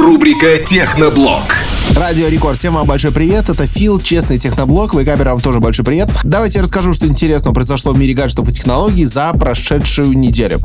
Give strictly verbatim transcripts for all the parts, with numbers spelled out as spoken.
Рубрика «Техноблог». Радио Рекорд. Всем вам большой привет. Это Фил, честный техноблог. Вейкаперам вам тоже большой привет. Давайте я расскажу, что интересного произошло в мире гаджетов и технологий за прошедшую неделю.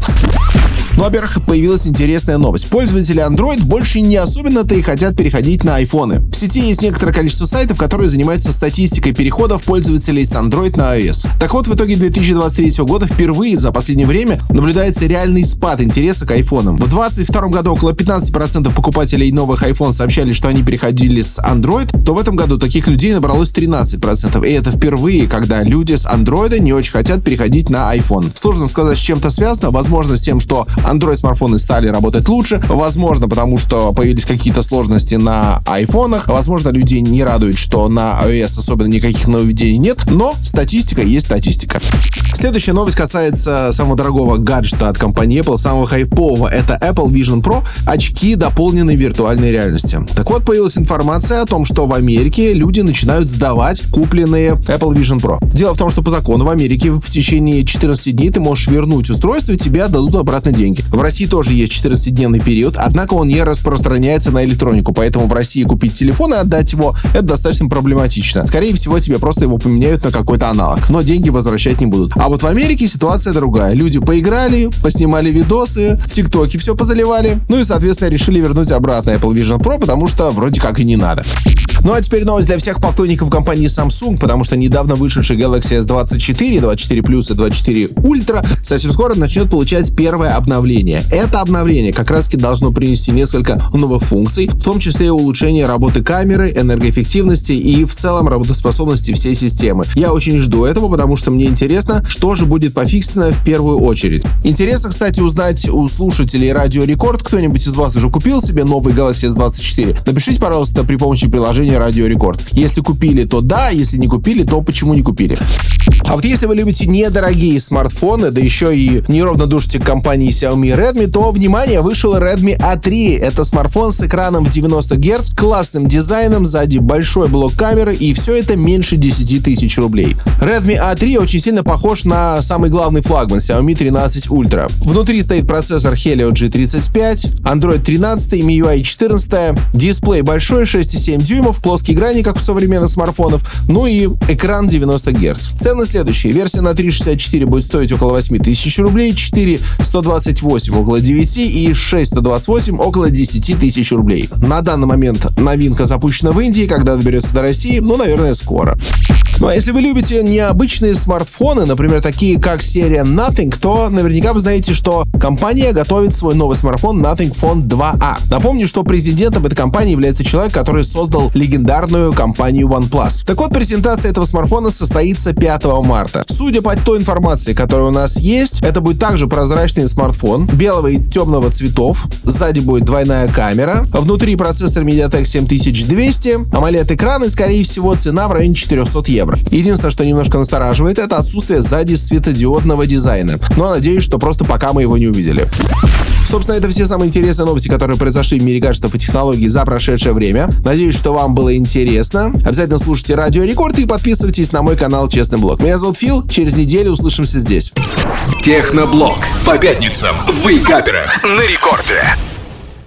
Ну, во-первых, появилась интересная новость. Пользователи Android больше не особенно-то и хотят переходить на айфоны. В сети есть некоторое количество сайтов, которые занимаются статистикой переходов пользователей с Android на iOS. Так вот, в итоге две тысячи двадцать третьего года впервые за последнее время наблюдается реальный спад интереса к айфонам. В двадцать втором году около пятнадцать процентов покупателей новых iPhone сообщали, что они переходили с Android, то в этом году таких людей набралось тринадцать процентов. И это впервые, когда люди с Android не очень хотят переходить на iPhone. Сложно сказать, с чем это связано. Возможно, с тем, что Android-смартфоны стали работать лучше. Возможно, потому что появились какие-то сложности на айфонах. Возможно, людей не радует, что на iOS особенно никаких нововведений нет. Но статистика есть статистика. Следующая новость касается самого дорогого гаджета от компании Apple, самого хайпового. Это Apple Vision Pro, очки дополненной виртуальной реальности. Так вот, появилась информация о том, что в Америке люди начинают сдавать купленные Apple Vision Pro. Дело в том, что по закону в Америке в течение четырнадцати дней ты можешь вернуть устройство, и тебе отдадут обратно деньги. В России тоже есть четырнадцатидневный период, однако он не распространяется на электронику, поэтому в России купить телефон и отдать его — это достаточно проблематично. Скорее всего, тебе просто его поменяют на какой-то аналог, но деньги возвращать не будут. А вот в Америке ситуация другая. Люди поиграли, поснимали видосы, в ТикТоке все позаливали, ну и, соответственно, решили вернуть обратно Apple Vision Pro, потому что вроде как и не надо. Ну а теперь новость для всех поклонников компании Samsung, потому что недавно вышедший Galaxy эс двадцать четыре, двадцать четыре плюс и двадцать четыре Ultra совсем скоро начнет получать первое обновление. Это обновление как раз таки должно принести несколько новых функций, в том числе и улучшение работы камеры, энергоэффективности и в целом работоспособности всей системы. Я очень жду этого, потому что мне интересно, что же будет пофиксено в первую очередь. Интересно, кстати, узнать у слушателей Радио Рекорд, кто-нибудь из вас уже купил себе новый Galaxy эс двадцать четыре? Напишите, пожалуйста, при помощи приложения Радио Рекорд. Если купили, то да, если не купили, то почему не купили? А вот если вы любите недорогие смартфоны, да еще и неравнодушите к компании Xiaomi и Redmi, то, внимание, вышел Redmi а три. Это смартфон с экраном в девяносто герц, классным дизайном, сзади большой блок камеры, и все это меньше десяти тысяч рублей. Redmi а три очень сильно похож на самый главный флагман Xiaomi тринадцать Ultra. Внутри стоит процессор Helio джи тридцать пять, Android тринадцать, эм ю ай четырнадцать, дисплей большой, шесть и семь дюймов, плоские грани, как у современных смартфонов, ну и экран девяносто герц. Цены следующие. Версия на три шестьдесят четыре будет стоить около восемь тысяч рублей, четыре сто двадцать восемь около девяти и шесть сто двадцать восемь около десяти тысяч рублей. На данный момент новинка запущена в Индии, когда доберется до России, ну, наверное, скоро. Ну а если вы любите необычные смартфоны, например, такие как серия Nothing, то наверняка вы знаете, что компания готовит свой новый смартфон Nothing Phone два а. Напомню, что президентом этой компании является человек, который создал легендарную компанию OnePlus. Так вот, презентация этого смартфона состоится пятого марта. Судя по той информации, которая у нас есть, это будет также прозрачный смартфон белого и темного цветов. Сзади будет двойная камера. Внутри процессор MediaTek семь тысяч двести, AMOLED-экран и, скорее всего, цена в районе четырехсот евро. Единственное, что немножко настораживает, это отсутствие сзади светодиодного дизайна. Но надеюсь, что просто пока мы его не увидели. Собственно, это все самые интересные новости, которые произошли в мире гаджетов и технологий за прошедшее время. Надеюсь, что вам было интересно. Обязательно слушайте Радио Рекорд и подписывайтесь на мой канал Честный Блог. Меня зовут Фил. Через неделю услышимся здесь. Техноблог. По пятницам в Вейкаперах на Рекорде.